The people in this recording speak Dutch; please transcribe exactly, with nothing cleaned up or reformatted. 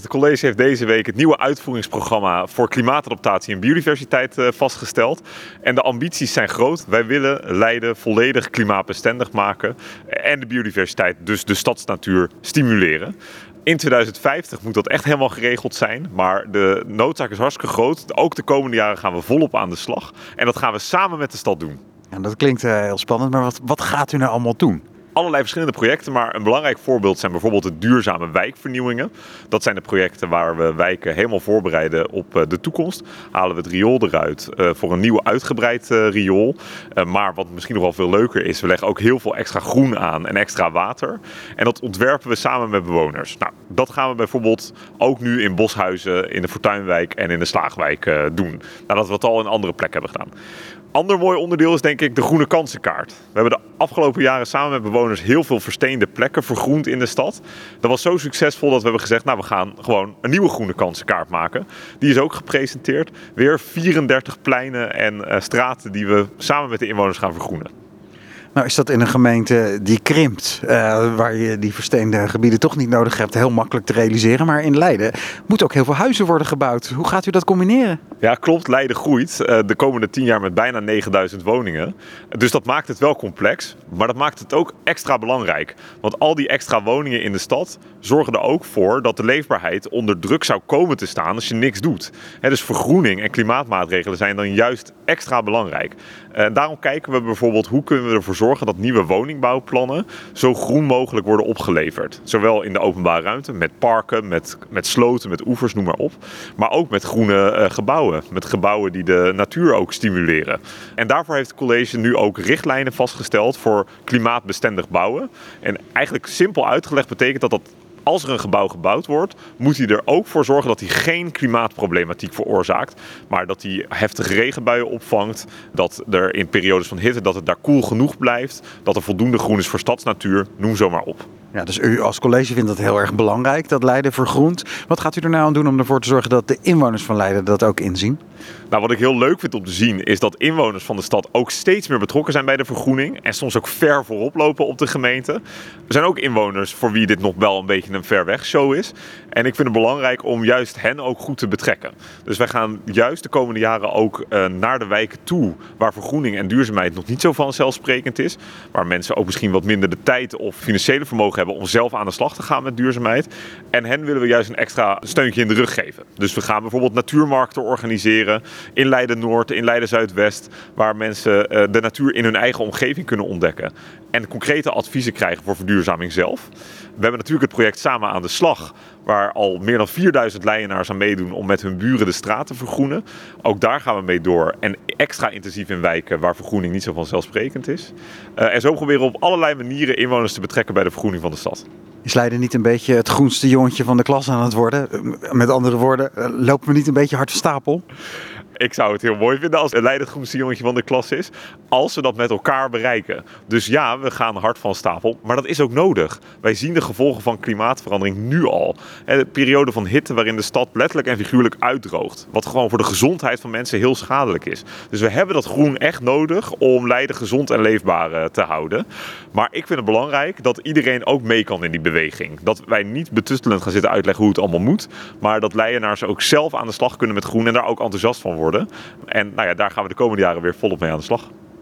Het college heeft deze week het nieuwe uitvoeringsprogramma voor klimaatadaptatie en biodiversiteit uh, vastgesteld. En de ambities zijn groot. Wij willen Leiden volledig klimaatbestendig maken en de biodiversiteit, dus de stadsnatuur, stimuleren. In tweeduizend vijftig moet dat echt helemaal geregeld zijn, maar de noodzaak is hartstikke groot. Ook de komende jaren gaan we volop aan de slag en dat gaan we samen met de stad doen. Ja, dat klinkt uh, heel spannend, maar wat, wat gaat u nou allemaal doen? Allerlei verschillende projecten, maar een belangrijk voorbeeld zijn bijvoorbeeld de duurzame wijkvernieuwingen. Dat zijn de projecten waar we wijken helemaal voorbereiden op de toekomst. Halen we het riool eruit uh, voor een nieuw uitgebreid uh, riool. Uh, maar wat misschien nog wel veel leuker is, we leggen ook heel veel extra groen aan en extra water. En dat ontwerpen we samen met bewoners. Nou, dat gaan we bijvoorbeeld ook nu in Boshuizen, in de Fortuinwijk en in de Slaagwijk uh, doen. Nadat we het al in andere plekken hebben gedaan. Ander mooi onderdeel is denk ik de groene kansenkaart. We hebben de afgelopen jaren samen met bewoners heel veel versteende plekken vergroend in de stad. Dat was zo succesvol dat we hebben gezegd, nou we gaan gewoon een nieuwe groene kansenkaart maken. Die is ook gepresenteerd. Weer vierendertig pleinen en uh, straten die we samen met de inwoners gaan vergroenen. Nou is dat in een gemeente die krimpt, uh, waar je die versteende gebieden toch niet nodig hebt, heel makkelijk te realiseren. Maar in Leiden moeten ook heel veel huizen worden gebouwd. Hoe gaat u dat combineren? Ja, klopt. Leiden groeit uh, de komende tien jaar met bijna negenduizend woningen. Dus dat maakt het wel complex, maar dat maakt het ook extra belangrijk. Want al die extra woningen in de stad zorgen er ook voor dat de leefbaarheid onder druk zou komen te staan als je niks doet. He, dus vergroening en klimaatmaatregelen zijn dan juist extra belangrijk. Uh, daarom kijken we bijvoorbeeld hoe kunnen we ervoor zorgen dat nieuwe woningbouwplannen zo groen mogelijk worden opgeleverd. Zowel in de openbare ruimte, met parken, met, met sloten, met oevers, noem maar op. Maar ook met groene uh, gebouwen. Met gebouwen die de natuur ook stimuleren. En daarvoor heeft het college nu ook richtlijnen vastgesteld voor klimaatbestendig bouwen. En eigenlijk simpel uitgelegd betekent dat dat als er een gebouw gebouwd wordt, moet hij er ook voor zorgen dat hij geen klimaatproblematiek veroorzaakt. Maar dat hij heftige regenbuien opvangt. Dat er in periodes van hitte, dat het daar koel genoeg blijft. Dat er voldoende groen is voor stadsnatuur. Noem zo maar op. Ja, dus u als college vindt dat heel erg belangrijk, dat Leiden vergroent. Wat gaat u er nou aan doen om ervoor te zorgen dat de inwoners van Leiden dat ook inzien? Nou, wat ik heel leuk vind om te zien is dat inwoners van de stad ook steeds meer betrokken zijn bij de vergroening. En soms ook ver voorop lopen op de gemeente. Er zijn ook inwoners voor wie dit nog wel een beetje een ver weg show is. En ik vind het belangrijk om juist hen ook goed te betrekken. Dus wij gaan juist de komende jaren ook uh, naar de wijken toe waar vergroening en duurzaamheid nog niet zo vanzelfsprekend is. Waar mensen ook misschien wat minder de tijd of financiële vermogen hebben om zelf aan de slag te gaan met duurzaamheid. En hen willen we juist een extra steuntje in de rug geven. Dus we gaan bijvoorbeeld natuurmarkten organiseren in Leiden-Noord, in Leiden-Zuidwest, waar mensen uh, de natuur in hun eigen omgeving kunnen ontdekken. En concrete adviezen krijgen voor verduurzaming zelf. We hebben natuurlijk het project Samen aan de Slag, waar al meer dan vierduizend Leidenaars aan meedoen om met hun buren de straat te vergroenen. Ook daar gaan we mee door. En extra intensief in wijken waar vergroening niet zo vanzelfsprekend is. Uh, en zo proberen we op allerlei manieren inwoners te betrekken bij de vergroening van de stad. Is Leiden niet een beetje het groenste jongetje van de klas aan het worden? Met andere woorden, lopen we niet een beetje hard van stapel? Ik zou het heel mooi vinden als Leiden het groenste jongetje van de klas is. Als we dat met elkaar bereiken. Dus ja, we gaan hard van stapel. Maar dat is ook nodig. Wij zien de gevolgen van klimaatverandering nu al. De periode van hitte waarin de stad letterlijk en figuurlijk uitdroogt. Wat gewoon voor de gezondheid van mensen heel schadelijk is. Dus we hebben dat groen echt nodig om Leiden gezond en leefbaar te houden. Maar ik vind het belangrijk dat iedereen ook mee kan in die beweging. Dat wij niet betuttelend gaan zitten uitleggen hoe het allemaal moet. Maar dat Leidenaars ook zelf aan de slag kunnen met groen en daar ook enthousiast van worden. En nou ja, daar gaan we de komende jaren weer volop mee aan de slag.